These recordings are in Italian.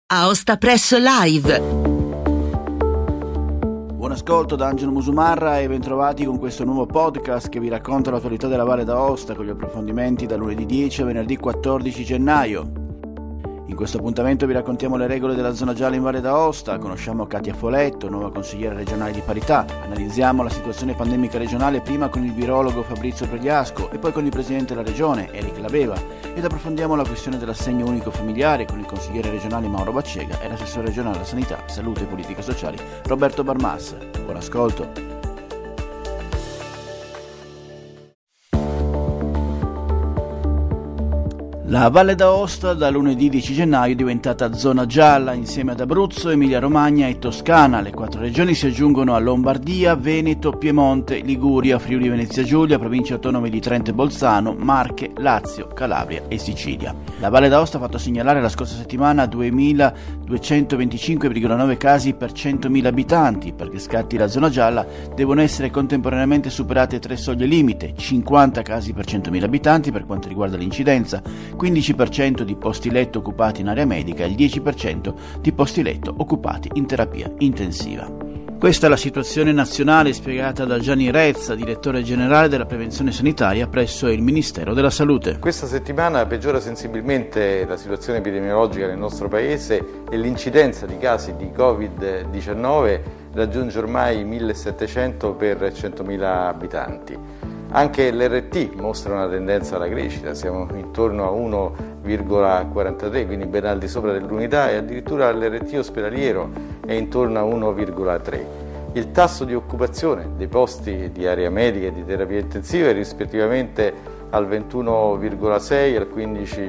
Aosta Press Live. Buon ascolto da Angelo Musumarra e bentrovati con questo nuovo podcast che vi racconta l'attualità della Valle d'Aosta con gli approfondimenti da lunedì 10 a venerdì 14 gennaio. In questo appuntamento vi raccontiamo le regole della zona gialla in Valle d'Aosta, conosciamo Katia Foletto, nuova consigliera regionale di parità, analizziamo la situazione pandemica regionale prima con il virologo Fabrizio Pregliasco e poi con il presidente della regione, Eric Laveva, ed approfondiamo la questione dell'assegno unico familiare con il consigliere regionale Mauro Baccega e l'assessore regionale alla sanità, salute e politiche sociali Roberto Barmassa. Buon ascolto. La Valle d'Aosta da lunedì 10 gennaio è diventata zona gialla insieme ad Abruzzo, Emilia-Romagna e Toscana. Le 4 regioni si aggiungono a Lombardia, Veneto, Piemonte, Liguria, Friuli Venezia Giulia, province autonome di Trento e Bolzano, Marche, Lazio, Calabria e Sicilia. La Valle d'Aosta ha fatto segnalare la scorsa settimana 2.225,9 casi per 100.000 abitanti. Perché scatti la zona gialla devono essere contemporaneamente superate 3 soglie limite: 50 casi per 100.000 abitanti per quanto riguarda l'incidenza, 15% di posti letto occupati in area medica e il 10% di posti letto occupati in terapia intensiva. Questa è la situazione nazionale spiegata da Gianni Rezza, direttore generale della prevenzione sanitaria presso il Ministero della Salute. Questa settimana peggiora sensibilmente la situazione epidemiologica nel nostro paese e l'incidenza di casi di Covid-19 raggiunge ormai 1.700 per 100.000 abitanti. Anche l'RT mostra una tendenza alla crescita, siamo intorno a 1,43, quindi ben al di sopra dell'unità, e addirittura l'RT ospedaliero è intorno a 1,3. Il tasso di occupazione dei posti di area medica e di terapia intensiva è rispettivamente al 21,6 e al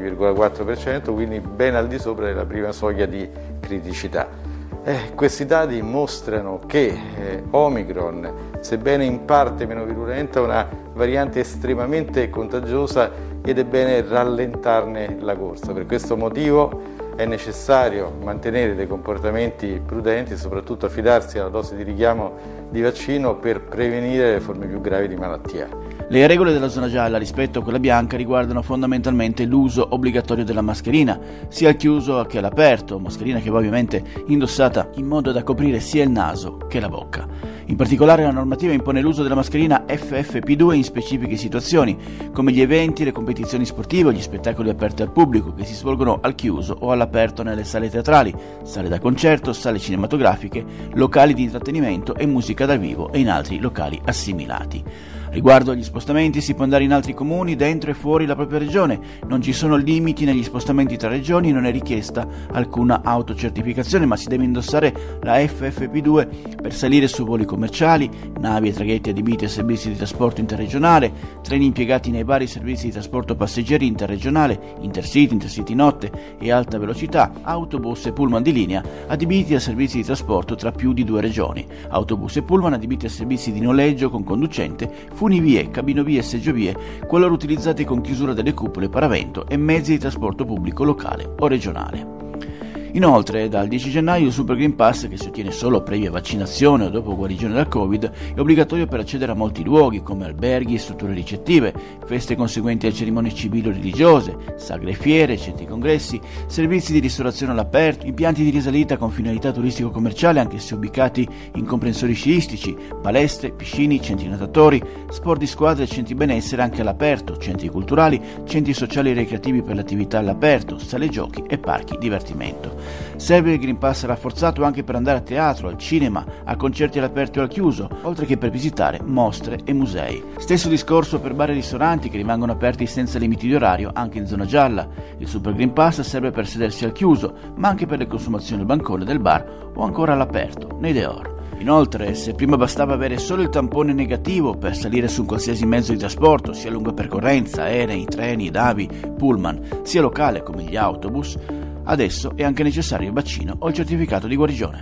15,4%, quindi ben al di sopra della prima soglia di criticità. Questi dati mostrano che Omicron, sebbene in parte meno virulenta, è una variante estremamente contagiosa ed è bene rallentarne la corsa. Per questo motivo è necessario mantenere dei comportamenti prudenti e soprattutto affidarsi alla dose di richiamo di vaccino per prevenire le forme più gravi di malattia. Le regole della zona gialla rispetto a quella bianca riguardano fondamentalmente l'uso obbligatorio della mascherina, sia al chiuso che all'aperto, mascherina che va ovviamente indossata in modo da coprire sia il naso che la bocca. In particolare la normativa impone l'uso della mascherina FFP2 in specifiche situazioni, come gli eventi, le competizioni sportive o gli spettacoli aperti al pubblico che si svolgono al chiuso o all'aperto nelle sale teatrali, sale da concerto, sale cinematografiche, locali di intrattenimento e musica dal vivo e in altri locali assimilati. Riguardo agli spostamenti si può andare in altri comuni dentro e fuori la propria regione, non ci sono limiti negli spostamenti tra regioni, non è richiesta alcuna autocertificazione, ma si deve indossare la FFP2 per salire su voli commerciali, navi e traghetti adibiti a servizi di trasporto interregionale, treni impiegati nei vari servizi di trasporto passeggeri interregionale, Intercity, Intercity notte e alta velocità, autobus e pullman di linea adibiti a servizi di trasporto tra più di 2 regioni, autobus e pullman adibiti a servizi di noleggio con conducente, funivie, cabinovie e seggiovie, qualora utilizzati con chiusura delle cupole paravento e mezzi di trasporto pubblico locale o regionale. Inoltre, dal 10 gennaio il Super Green Pass, che si ottiene solo previa vaccinazione o dopo guarigione dal Covid, è obbligatorio per accedere a molti luoghi come alberghi e strutture ricettive, feste conseguenti a cerimonie civili o religiose, sagre e fiere, centri congressi, servizi di ristorazione all'aperto, impianti di risalita con finalità turistico-commerciale anche se ubicati in comprensori sciistici, palestre, piscine, centri natatori, sport di squadra e centri benessere anche all'aperto, centri culturali, centri sociali e ricreativi per l'attività all'aperto, sale giochi e parchi divertimento. Serve il Green Pass rafforzato anche per andare a teatro, al cinema, a concerti all'aperto e al chiuso, oltre che per visitare mostre e musei. Stesso discorso per bar e ristoranti che rimangono aperti senza limiti di orario anche in zona gialla. Il Super Green Pass serve per sedersi al chiuso, ma anche per le consumazioni al bancone del bar o ancora all'aperto, nei dehors. Inoltre, se prima bastava avere solo il tampone negativo per salire su un qualsiasi mezzo di trasporto, sia lunga percorrenza, aerei, treni, navi, pullman, sia locale come gli autobus, adesso è anche necessario il vaccino o il certificato di guarigione.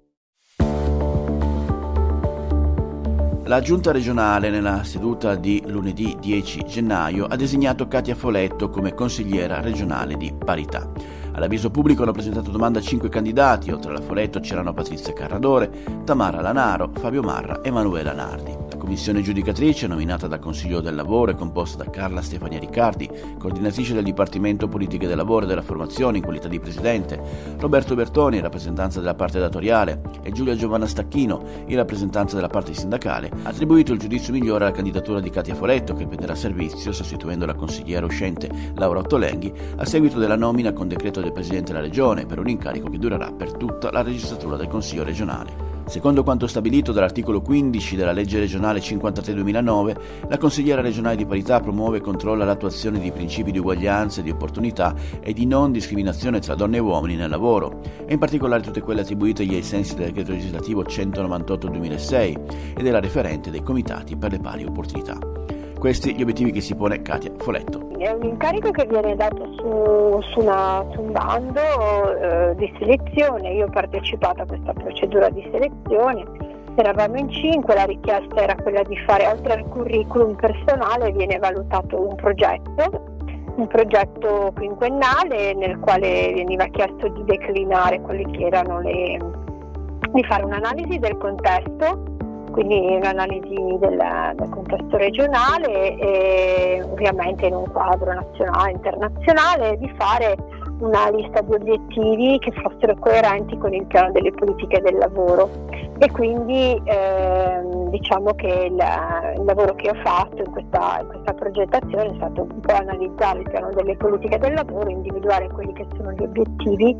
La Giunta regionale, nella seduta di lunedì 10 gennaio, ha designato Katia Foletto come consigliera regionale di parità. All'avviso pubblico hanno presentato domanda 5 candidati, oltre alla Foletto c'erano Patrizia Carradore, Tamara Lanaro, Fabio Marra e Emanuela Nardi. La commissione giudicatrice, nominata dal Consiglio del Lavoro, è composta da Carla Stefania Riccardi, coordinatrice del Dipartimento Politiche del Lavoro e della Formazione in qualità di presidente, Roberto Bertoni, in rappresentanza della parte datoriale, e Giulia Giovanna Stacchino, in rappresentanza della parte sindacale, ha attribuito il giudizio migliore alla candidatura di Katia Foletto, che prenderà servizio sostituendo la consigliera uscente Laura Ottolenghi a seguito della nomina con decreto del Presidente della Regione per un incarico che durerà per tutta la legislatura del Consiglio regionale. Secondo quanto stabilito dall'articolo 15 della legge regionale 53/2009, la consigliera regionale di parità promuove e controlla l'attuazione di principi di uguaglianza, di opportunità e di non discriminazione tra donne e uomini nel lavoro, e in particolare tutte quelle attribuitegli ai sensi del decreto legislativo 198/2006 e della referente dei comitati per le pari opportunità. Questi gli obiettivi che si pone Katia Foletto. È un incarico che viene dato su un bando di selezione. Io ho partecipato a questa procedura di selezione, eravamo in 5, la richiesta era quella di fare, oltre al curriculum personale, viene valutato un progetto quinquennale nel quale veniva chiesto di declinare quelle che erano di fare un'analisi del contesto, quindi un'analisi del contesto regionale e ovviamente in un quadro nazionale e internazionale, di fare una lista di obiettivi che fossero coerenti con il piano delle politiche del lavoro. E quindi diciamo che il lavoro che ho fatto in questa progettazione è stato un po' analizzare il piano delle politiche del lavoro, individuare quelli che sono gli obiettivi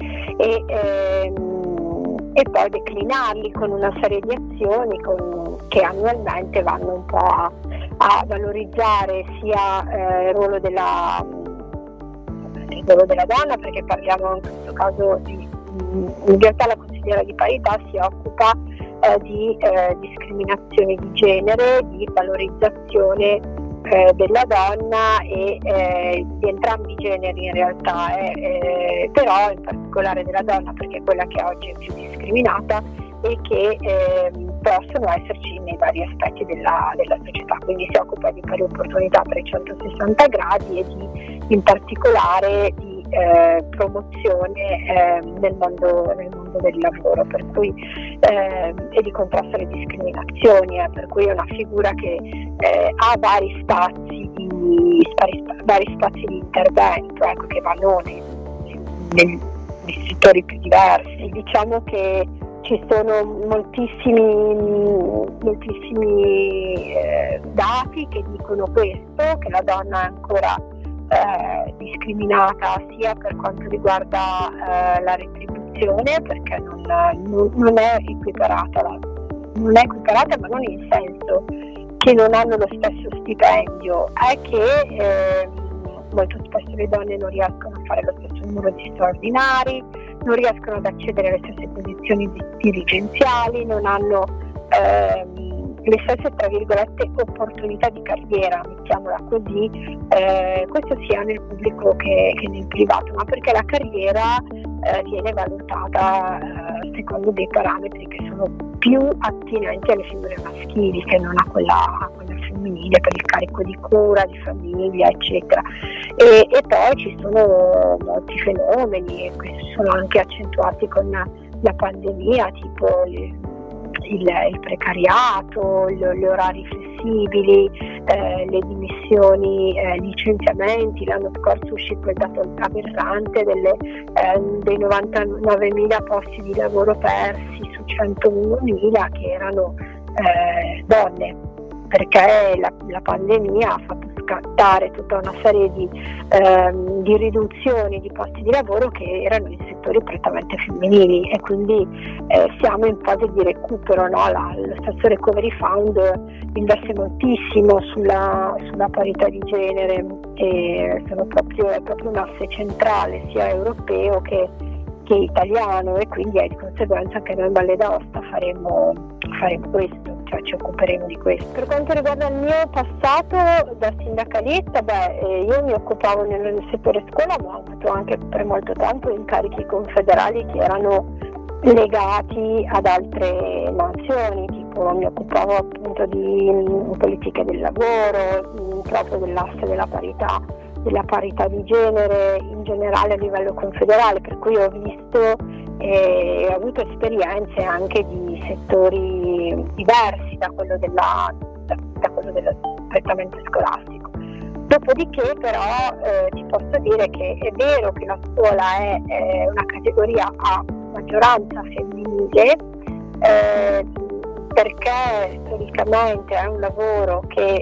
e poi declinarli con una serie di azioni che annualmente vanno un po' a valorizzare sia il ruolo della donna, perché parliamo in questo caso in realtà la consigliera di parità si occupa di discriminazione di genere, di valorizzazione della donna e di entrambi i generi in realtà, però in particolare della donna perché è quella che oggi è più discriminata e che possono esserci nei vari aspetti della società, quindi si occupa di pari opportunità per i 160 gradi e in particolare di promozione nel mondo del lavoro, per cui e di contrasto alle discriminazioni, per cui è una figura che ha vari spazi di intervento, ecco, che vanno nei settori più diversi. Diciamo che ci sono moltissimi dati che dicono questo, che la donna è ancora discriminata sia per quanto riguarda la retribuzione, perché non è equiparata, ma non in senso che non hanno lo stesso stipendio, è che molto spesso le donne non riescono a fare lo stesso numero di straordinari, non riescono ad accedere alle stesse posizioni dirigenziali, non hanno le stesse, tra virgolette, opportunità di carriera, mettiamola così, questo sia nel pubblico che nel privato, ma perché la carriera viene valutata secondo dei parametri che sono più attinenti alle figure maschili che non a quella femminile, per il carico di cura, di famiglia, eccetera. E poi ci sono molti fenomeni, e questi sono anche accentuati con la pandemia, tipo il precariato, gli orari flessibili, le dimissioni, licenziamenti. L'anno scorso è uscito il dato aberrante dei 99.000 posti di lavoro persi su 101.000 che erano donne, perché la pandemia ha fatto scattare tutta una serie di riduzioni di posti di lavoro che erano in settori prettamente femminili, e quindi siamo in fase di recupero, no? Lo stesso Recovery Fund investe moltissimo sulla parità di genere, e è proprio un asse centrale sia europeo che italiano, e quindi di conseguenza anche noi in Valle d'Aosta faremo questo, cioè ci occuperemo di questo. Per quanto riguarda il mio passato da sindacalista, io mi occupavo nel settore scuola, ma ho avuto anche per molto tempo incarichi confederali che erano legati ad altre mansioni, tipo mi occupavo appunto di politiche del lavoro, proprio dell'asse della parità di genere in generale a livello confederale, per cui ho visto e ho avuto esperienze anche di settori diversi da quello mondo prettamente scolastico. Dopodiché però ti posso dire che è vero che la scuola è una categoria a maggioranza femminile, perché storicamente è un lavoro che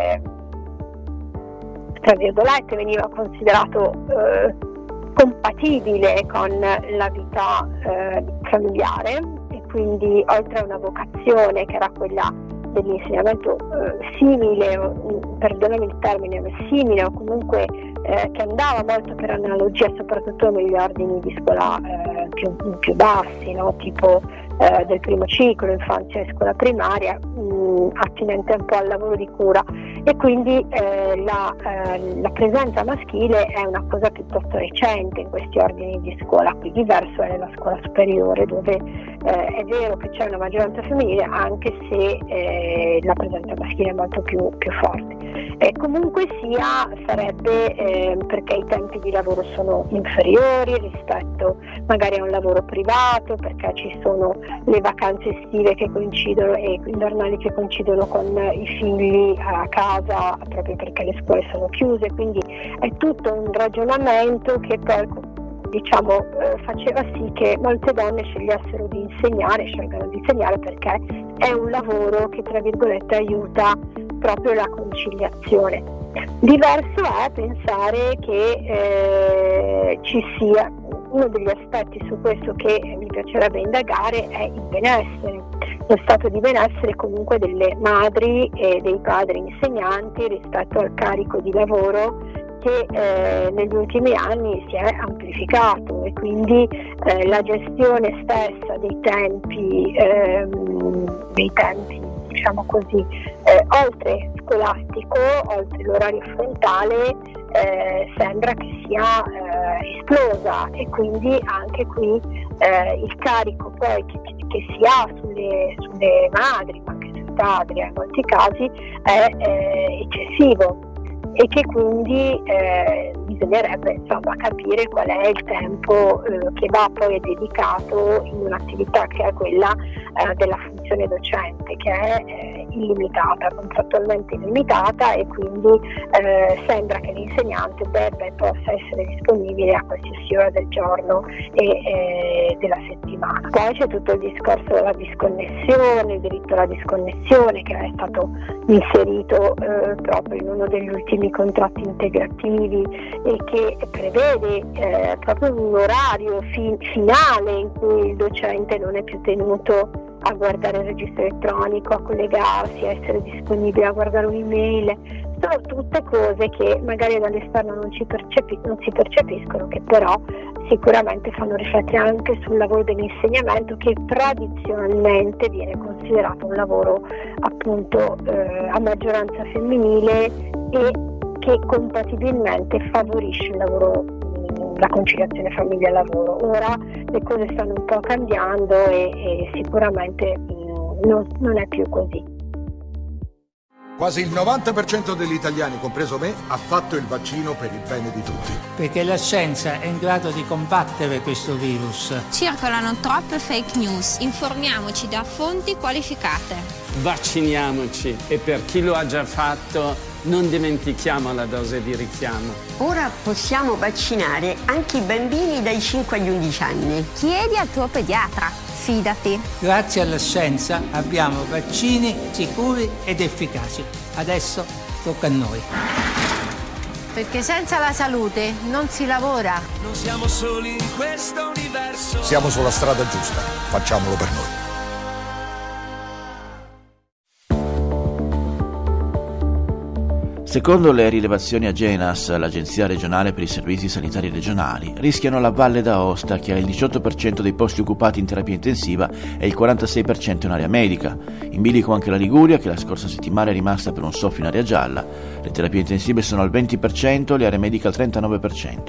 tra virgolette veniva considerato compatibile con la vita familiare, e quindi oltre a una vocazione che era quella dell'insegnamento simile, perdonami il termine, simile o comunque che andava molto per analogia soprattutto negli ordini di scuola più bassi, no? Tipo del primo ciclo, infanzia e scuola primaria, attinente un po' al lavoro di cura, e quindi la presenza maschile è una cosa piuttosto recente in questi ordini di scuola. Qui diverso è nella scuola superiore, dove è vero che c'è una maggioranza femminile, anche se la presenza maschile è molto più forte. Comunque sia, sarebbe perché i tempi di lavoro sono inferiori rispetto magari a un lavoro privato, perché ci sono le vacanze estive che coincidono e invernali che coincidono con i figli a casa, proprio perché le scuole sono chiuse, quindi è tutto un ragionamento che poi faceva sì che molte donne scelgano di insegnare perché è un lavoro che tra virgolette aiuta proprio la conciliazione. Diverso è pensare che ci sia uno degli aspetti su questo che mi piacerebbe indagare è il benessere, lo stato di benessere comunque delle madri e dei padri insegnanti rispetto al carico di lavoro che negli ultimi anni si è amplificato, e quindi la gestione stessa dei tempi diciamo così, oltre scolastico, oltre l'orario frontale, sembra che sia esplosa, e quindi anche qui il carico poi che si ha sulle madri, ma anche sui padri in molti casi, è eccessivo, e che quindi bisognerebbe capire qual è il tempo che va poi dedicato in un'attività che è quella della funzione docente, che è illimitata, contrattualmente illimitata, e quindi sembra che l'insegnante debba e possa essere disponibile a qualsiasi ora del giorno e della settimana. Poi c'è tutto il discorso della disconnessione, il diritto alla disconnessione, che è stato inserito proprio in uno degli ultimi contratti integrativi, e che prevede proprio un orario finale in cui il docente non è più tenuto a guardare il registro elettronico, a collegarsi, a essere disponibile a guardare un'email. Sono tutte cose che magari dall'esterno non si percepiscono, che però sicuramente fanno riflettere anche sul lavoro dell'insegnamento, che tradizionalmente viene considerato un lavoro appunto a maggioranza femminile, e che compatibilmente favorisce il lavoro, la conciliazione famiglia-lavoro. Ora le cose stanno un po' cambiando e sicuramente non è più così. Quasi il 90% degli italiani, compreso me, ha fatto il vaccino per il bene di tutti. Perché la scienza è in grado di combattere questo virus. Circolano troppe fake news. Informiamoci da fonti qualificate. Vacciniamoci, e per chi lo ha già fatto non dimentichiamo la dose di richiamo. Ora possiamo vaccinare anche i bambini dai 5 agli 11 anni. Chiedi al tuo pediatra, fidati. Grazie alla scienza abbiamo vaccini sicuri ed efficaci. Adesso tocca a noi. Perché senza la salute non si lavora. Non siamo soli in questo universo. Siamo sulla strada giusta, facciamolo per noi. Secondo le rilevazioni Agenas, l'Agenzia regionale per i servizi sanitari regionali, rischiano la Valle d'Aosta, che ha il 18% dei posti occupati in terapia intensiva e il 46% in area medica. In bilico anche la Liguria, che la scorsa settimana è rimasta per un soffio in area gialla. Le terapie intensive sono al 20%, le aree mediche al 39%.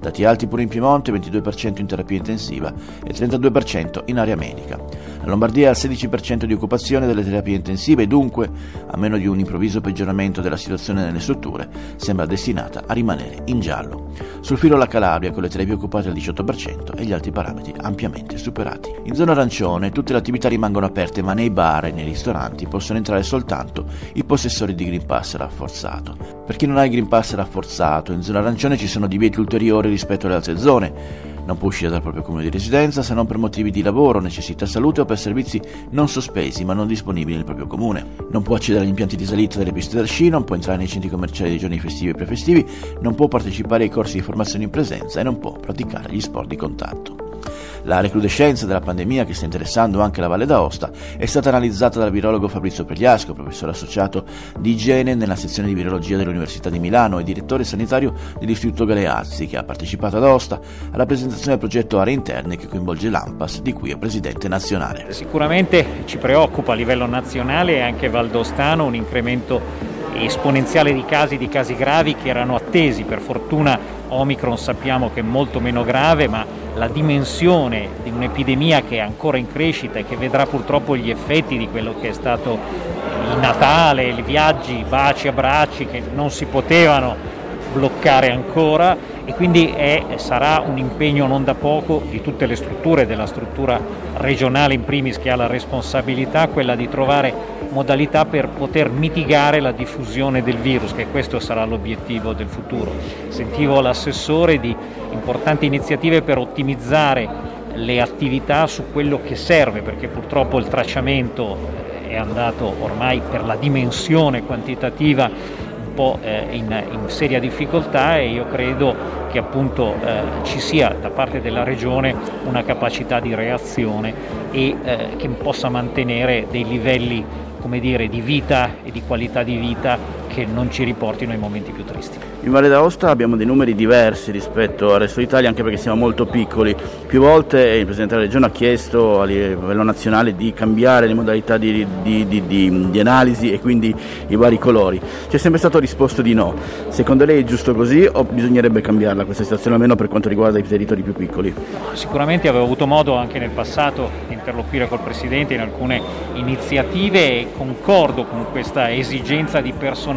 Dati alti pure in Piemonte, 22% in terapia intensiva e 32% in area medica. La Lombardia ha il 16% di occupazione delle terapie intensive e dunque, a meno di un improvviso peggioramento della situazione nelle strutture, sembra destinata a rimanere in giallo. Sul filo la Calabria, con le terapie occupate al 18% e gli altri parametri ampiamente superati. In zona arancione tutte le attività rimangono aperte, ma nei bar e nei ristoranti possono entrare soltanto i possessori di Green Pass rafforzato. Per chi non ha il Green Pass rafforzato, in zona arancione ci sono divieti ulteriori rispetto alle altre zone. Non può uscire dal proprio comune di residenza se non per motivi di lavoro, necessità salute o per servizi non sospesi ma non disponibili nel proprio comune. Non può accedere agli impianti di salita delle piste da sci, non può entrare nei centri commerciali dei giorni festivi e prefestivi, non può partecipare ai corsi di formazione in presenza e non può praticare gli sport di contatto. La recrudescenza della pandemia, che sta interessando anche la Valle d'Aosta, è stata analizzata dal virologo Fabrizio Pregliasco, professore associato di igiene nella sezione di virologia dell'Università di Milano e direttore sanitario dell'Istituto Galeazzi, che ha partecipato ad Aosta alla presentazione del progetto Aree Interne che coinvolge l'ANPAS, di cui è presidente nazionale. Sicuramente ci preoccupa a livello nazionale e anche valdostano un incremento esponenziale di casi gravi che erano attesi. Per fortuna Omicron sappiamo che è molto meno grave, ma la dimensione di un'epidemia che è ancora in crescita e che vedrà purtroppo gli effetti di quello che è stato il Natale, i viaggi, baci, abbracci che non si potevano bloccare ancora, e quindi sarà un impegno non da poco di tutte le strutture, della struttura regionale in primis che ha la responsabilità, quella di trovare modalità per poter mitigare la diffusione del virus, che questo sarà l'obiettivo del futuro. Sentivo l'assessore di importanti iniziative per ottimizzare le attività su quello che serve, perché purtroppo il tracciamento è andato ormai per la dimensione quantitativa un po' in seria difficoltà, e io credo che appunto ci sia da parte della Regione una capacità di reazione e che possa mantenere dei livelli, come dire, di vita e di qualità di vita che non ci riportino ai momenti più tristi. In Valle d'Aosta abbiamo dei numeri diversi rispetto al resto d'Italia, anche perché siamo molto piccoli. Più volte il Presidente della Regione ha chiesto a livello nazionale di cambiare le modalità di analisi e quindi i vari colori. Ci è sempre stato risposto di no. Secondo lei è giusto così o bisognerebbe cambiarla questa situazione, almeno per quanto riguarda i territori più piccoli? Sicuramente avevo avuto modo anche nel passato di interloquire col Presidente in alcune iniziative e concordo con questa esigenza di personalizzare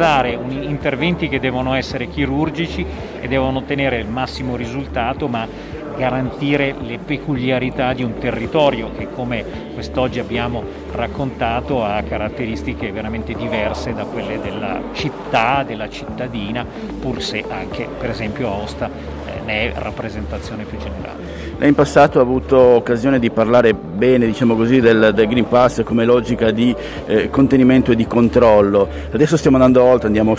interventi che devono essere chirurgici e devono ottenere il massimo risultato, ma garantire le peculiarità di un territorio che, come quest'oggi abbiamo raccontato, ha caratteristiche veramente diverse da quelle della città, della cittadina, pur se anche per esempio Aosta ne è rappresentazione più generale. Lei in passato ha avuto occasione di parlare bene, diciamo così, del Green Pass come logica di contenimento e di controllo. Adesso stiamo andando oltre, andiamo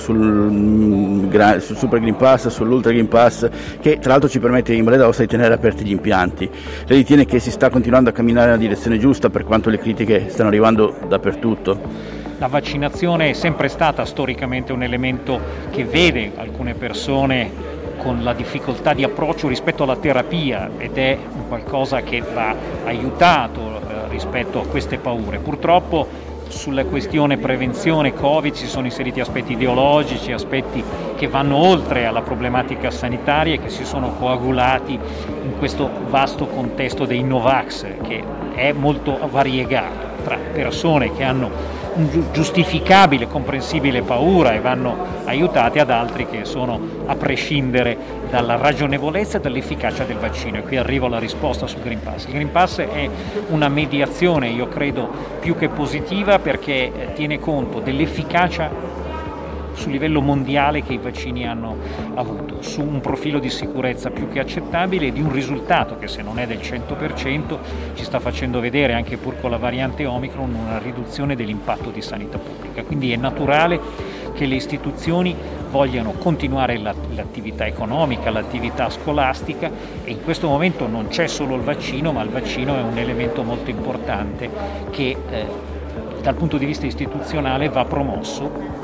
sul Super Green Pass, sull'Ultra Green Pass, che tra l'altro ci permette in Valle d'Aosta di tenere aperti gli impianti. Lei ritiene che si sta continuando a camminare nella direzione giusta, per quanto le critiche stanno arrivando dappertutto? La vaccinazione è sempre stata storicamente un elemento che vede alcune persone con la difficoltà di approccio rispetto alla terapia, ed è qualcosa che va aiutato rispetto a queste paure. Purtroppo sulla questione prevenzione Covid si sono inseriti aspetti ideologici, aspetti che vanno oltre alla problematica sanitaria e che si sono coagulati in questo vasto contesto dei Novax, che è molto variegato tra persone che hanno giustificabile e comprensibile paura e vanno aiutati, ad altri che sono a prescindere dalla ragionevolezza e dall'efficacia del vaccino. E qui arrivo alla risposta sul Green Pass. Il Green Pass è una mediazione, io credo, più che positiva, perché tiene conto dell'efficacia su livello mondiale che i vaccini hanno avuto, su un profilo di sicurezza più che accettabile e di un risultato che, se non è del 100%, ci sta facendo vedere, anche pur con la variante Omicron, una riduzione dell'impatto di sanità pubblica. Quindi è naturale che le istituzioni vogliano continuare l'attività economica, l'attività scolastica, e in questo momento non c'è solo il vaccino, ma il vaccino è un elemento molto importante che dal punto di vista istituzionale va promosso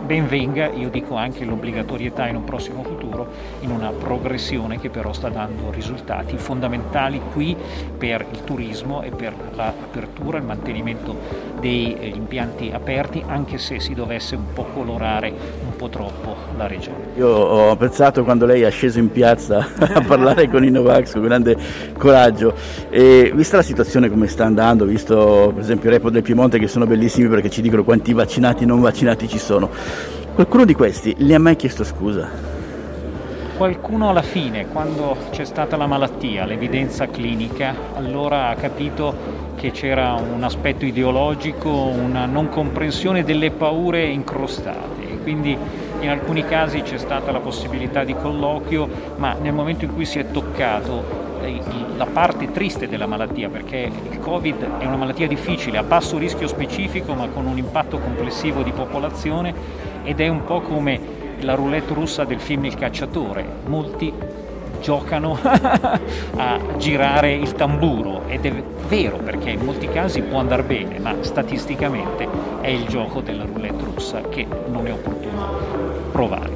ben venga, io dico anche l'obbligatorietà in un prossimo futuro, in una progressione che però sta dando risultati fondamentali qui per il turismo e per l'apertura, il mantenimento degli impianti aperti, anche se si dovesse un po' colorare un po' troppo la regione. Io ho apprezzato quando lei è sceso in piazza a parlare con i Novax con grande coraggio, e vista la situazione come sta andando, visto per esempio i report del Piemonte che sono bellissimi perché ci dicono quanti vaccinati e non vaccinati ci sono, qualcuno di questi le ha mai chiesto scusa? Qualcuno alla fine, quando c'è stata la malattia, l'evidenza clinica, allora ha capito che c'era un aspetto ideologico, una non comprensione delle paure incrostate, e quindi in alcuni casi c'è stata la possibilità di colloquio, ma nel momento in cui si è toccato la parte triste della malattia, perché il Covid è una malattia difficile, a basso rischio specifico ma con un impatto complessivo di popolazione, ed è un po' come la roulette russa del film Il cacciatore, molti giocano a girare il tamburo, ed è vero perché in molti casi può andare bene, ma statisticamente è il gioco della roulette russa che non è opportuno provare.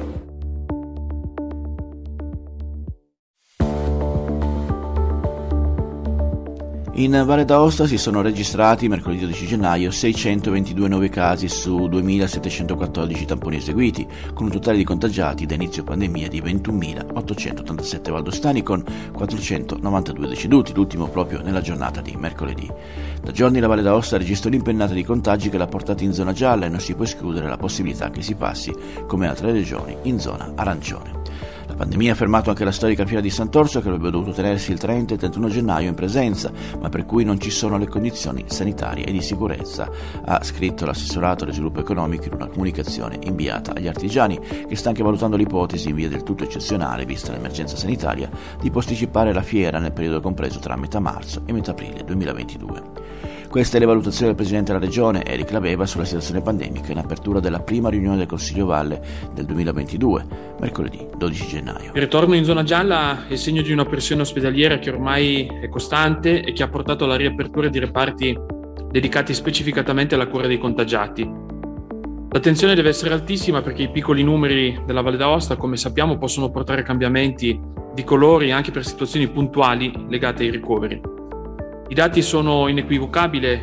In Valle d'Aosta si sono registrati mercoledì 12 gennaio 622 nuovi casi su 2.714 tamponi eseguiti, con un totale di contagiati da inizio pandemia di 21.887 valdostani, con 492 deceduti, l'ultimo proprio nella giornata di mercoledì. Da giorni la Valle d'Aosta registra un'impennata di contagi che l'ha portata in zona gialla, e non si può escludere la possibilità che si passi, come altre regioni, in zona arancione. La pandemia ha fermato anche la storica fiera di Sant'Orso, che avrebbe dovuto tenersi il 30 e il 31 gennaio in presenza, ma per cui non ci sono le condizioni sanitarie e di sicurezza, ha scritto l'assessorato allo sviluppo economico in una comunicazione inviata agli artigiani, che sta anche valutando l'ipotesi, in via del tutto eccezionale vista l'emergenza sanitaria, di posticipare la fiera nel periodo compreso tra metà marzo e metà aprile 2022. Queste le valutazioni del Presidente della Regione, Eric Laveva, sulla situazione pandemica in apertura della prima riunione del Consiglio Valle del 2022, mercoledì 12 gennaio. Il ritorno in zona gialla è segno di una pressione ospedaliera che ormai è costante e che ha portato alla riapertura di reparti dedicati specificatamente alla cura dei contagiati. L'attenzione deve essere altissima perché i piccoli numeri della Valle d'Aosta, come sappiamo, possono portare cambiamenti di colori anche per situazioni puntuali legate ai ricoveri. I dati sono inequivocabili,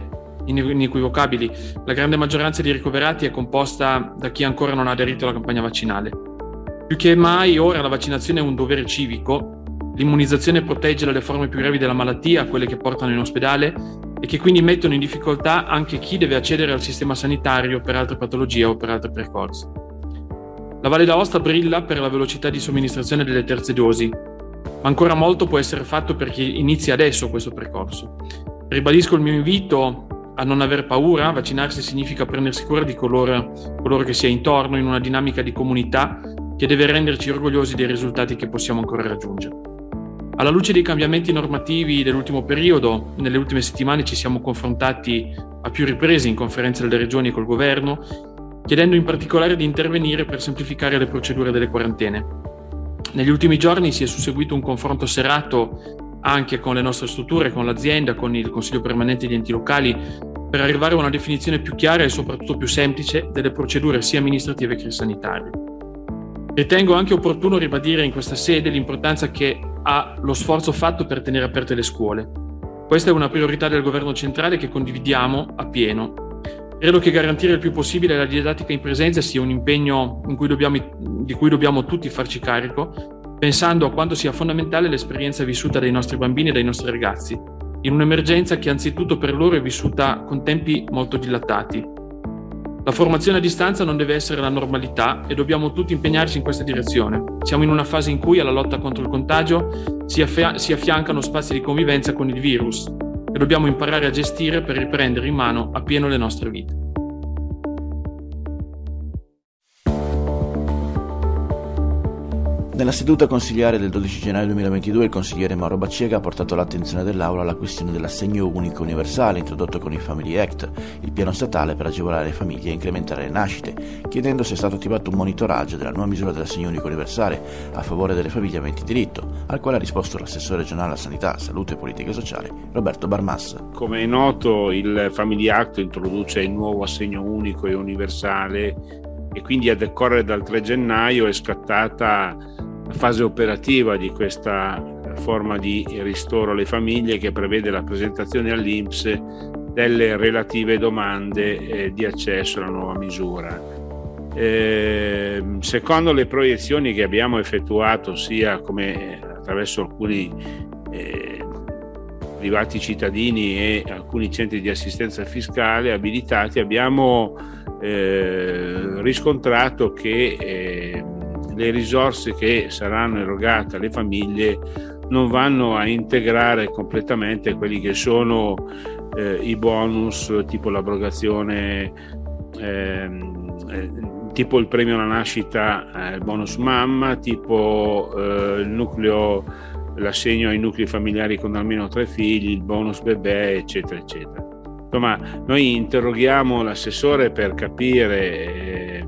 la grande maggioranza dei ricoverati è composta da chi ancora non ha aderito alla campagna vaccinale. Più che mai ora la vaccinazione è un dovere civico, l'immunizzazione protegge dalle forme più gravi della malattia, quelle che portano in ospedale, e che quindi mettono in difficoltà anche chi deve accedere al sistema sanitario per altre patologie o per altri percorsi. La Valle d'Aosta brilla per la velocità di somministrazione delle terze dosi, ma ancora molto può essere fatto per chi inizia adesso questo percorso. Ribadisco il mio invito a non aver paura. Vaccinarsi significa prendersi cura di coloro che si è intorno, in una dinamica di comunità che deve renderci orgogliosi dei risultati che possiamo ancora raggiungere. Alla luce dei cambiamenti normativi dell'ultimo periodo, nelle ultime settimane ci siamo confrontati a più riprese in conferenza delle regioni e col governo, chiedendo in particolare di intervenire per semplificare le procedure delle quarantene. Negli ultimi giorni si è susseguito un confronto serrato anche con le nostre strutture, con l'azienda, con il Consiglio permanente di enti locali, per arrivare a una definizione più chiara e soprattutto più semplice delle procedure sia amministrative che sanitarie. Ritengo anche opportuno ribadire in questa sede l'importanza che ha lo sforzo fatto per tenere aperte le scuole. Questa è una priorità del governo centrale che condividiamo appieno. Credo che garantire il più possibile la didattica in presenza sia un impegno di cui dobbiamo tutti farci carico, pensando a quanto sia fondamentale l'esperienza vissuta dai nostri bambini e dai nostri ragazzi, in un'emergenza che anzitutto per loro è vissuta con tempi molto dilatati. La formazione a distanza non deve essere la normalità e dobbiamo tutti impegnarci in questa direzione. Siamo in una fase in cui alla lotta contro il contagio si affiancano spazi di convivenza con il virus, e dobbiamo imparare a gestire per riprendere in mano appieno le nostre vite. Nella seduta consigliare del 12 gennaio 2022 il consigliere Mauro Baccega ha portato all'attenzione dell'Aula la questione dell'assegno unico universale introdotto con il Family Act, il piano statale per agevolare le famiglie e incrementare le nascite, chiedendo se è stato attivato un monitoraggio della nuova misura dell'assegno unico universale a favore delle famiglie aventi diritto, al quale ha risposto l'assessore regionale alla sanità, salute e politiche sociali Roberto Barmassa. Come è noto, il Family Act introduce il nuovo assegno unico e universale e quindi a decorrere dal 3 gennaio è scattata la fase operativa di questa forma di ristoro alle famiglie, che prevede la presentazione all'INPS delle relative domande di accesso alla nuova misura. Secondo le proiezioni che abbiamo effettuato sia come attraverso alcuni privati cittadini e alcuni centri di assistenza fiscale abilitati, abbiamo riscontrato che le risorse che saranno erogate alle famiglie non vanno a integrare completamente quelli che sono i bonus, tipo l'abrogazione, tipo il premio alla nascita, il bonus mamma, tipo il nucleo, l'assegno ai nuclei familiari con almeno 3 figli, il bonus bebè, eccetera, eccetera. Insomma, noi interroghiamo l'assessore per capire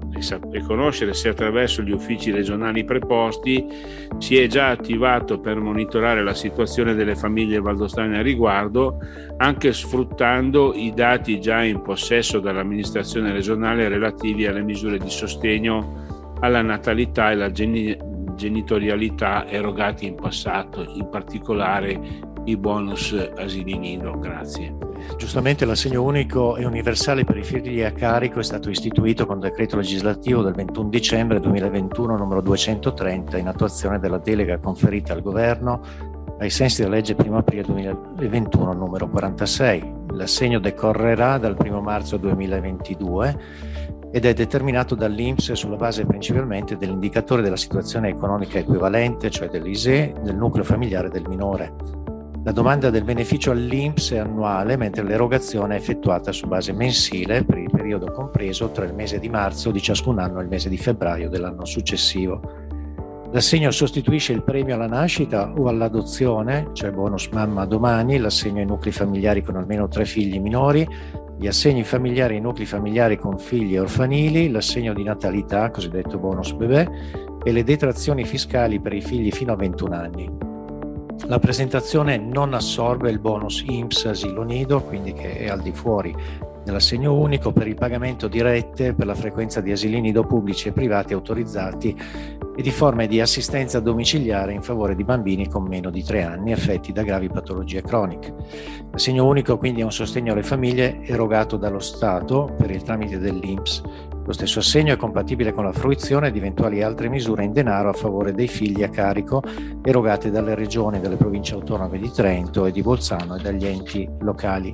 e conoscere se attraverso gli uffici regionali preposti si è già attivato per monitorare la situazione delle famiglie valdostane a riguardo, anche sfruttando i dati già in possesso dall'amministrazione regionale relativi alle misure di sostegno alla natalità e alla genitorialità erogati in passato, in particolare i bonus asili nido. Grazie. Giustamente l'assegno unico e universale per i figli a carico è stato istituito con decreto legislativo del 21 dicembre 2021 numero 230 in attuazione della delega conferita al governo ai sensi della legge 1 aprile 2021 numero 46. L'assegno decorrerà dal 1 marzo 2022 ed è determinato dall'INPS sulla base principalmente dell'indicatore della situazione economica equivalente, cioè dell'ISEE, del nucleo familiare del minore. La domanda del beneficio all'INPS è annuale, mentre l'erogazione è effettuata su base mensile per il periodo compreso tra il mese di marzo di ciascun anno e il mese di febbraio dell'anno successivo. L'assegno sostituisce il premio alla nascita o all'adozione, cioè bonus mamma domani, l'assegno ai nuclei familiari con almeno 3 figli minori, gli assegni familiari ai nuclei familiari con figli orfanili, l'assegno di natalità, cosiddetto bonus bebè, e le detrazioni fiscali per i figli fino a 21 anni. La presentazione non assorbe il bonus INPS asilo nido, quindi che è al di fuori dell'assegno unico, per il pagamento di rette per la frequenza di asili nido pubblici e privati autorizzati e di forme di assistenza domiciliare in favore di bambini con meno di 3 anni affetti da gravi patologie croniche. L'assegno unico quindi è un sostegno alle famiglie erogato dallo Stato per il tramite dell'INPS. Lo stesso assegno è compatibile con la fruizione di eventuali altre misure in denaro a favore dei figli a carico erogate dalle regioni, dalle province autonome di Trento e di Bolzano e dagli enti locali.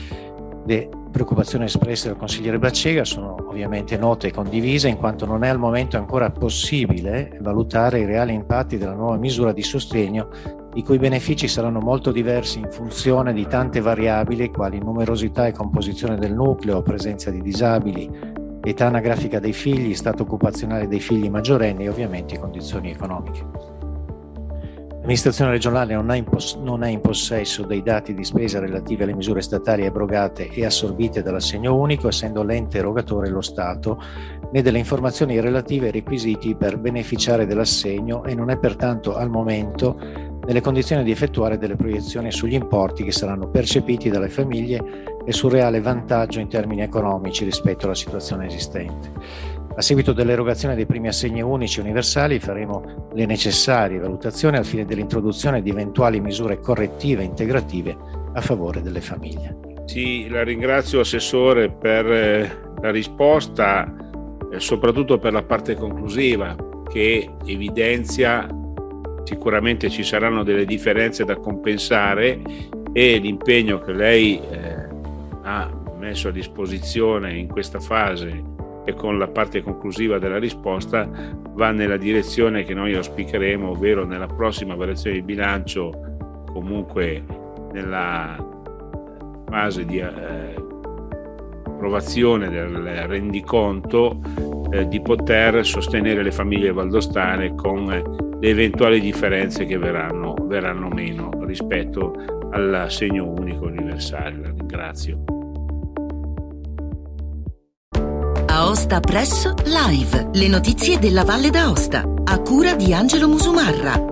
Le preoccupazioni espresse dal consigliere Baccega sono ovviamente note e condivise, in quanto non è al momento ancora possibile valutare i reali impatti della nuova misura di sostegno, i cui benefici saranno molto diversi in funzione di tante variabili quali numerosità e composizione del nucleo, presenza di disabili, età anagrafica dei figli, stato occupazionale dei figli maggiorenni e ovviamente condizioni economiche. L'amministrazione regionale non è in possesso dei dati di spesa relativi alle misure statali abrogate e assorbite dall'assegno unico, essendo l'ente erogatore lo Stato, né delle informazioni relative ai requisiti per beneficiare dell'assegno e non è pertanto al momento nelle condizioni di effettuare delle proiezioni sugli importi che saranno percepiti dalle famiglie e sul reale vantaggio in termini economici rispetto alla situazione esistente. A seguito dell'erogazione dei primi assegni unici universali faremo le necessarie valutazioni al fine dell'introduzione di eventuali misure correttive e integrative a favore delle famiglie. Sì, la ringrazio Assessore per la risposta, soprattutto per la parte conclusiva che evidenzia sicuramente ci saranno delle differenze da compensare e l'impegno che lei ha messo a disposizione in questa fase e con la parte conclusiva della risposta va nella direzione che noi auspicheremo, ovvero nella prossima variazione di bilancio, comunque nella fase di approvazione del rendiconto, di poter sostenere le famiglie valdostane con le eventuali differenze che verranno meno rispetto all'assegno unico universale. La ringrazio. Aosta Press Live, le notizie della Valle d'Aosta, a cura di Angelo Musumarra.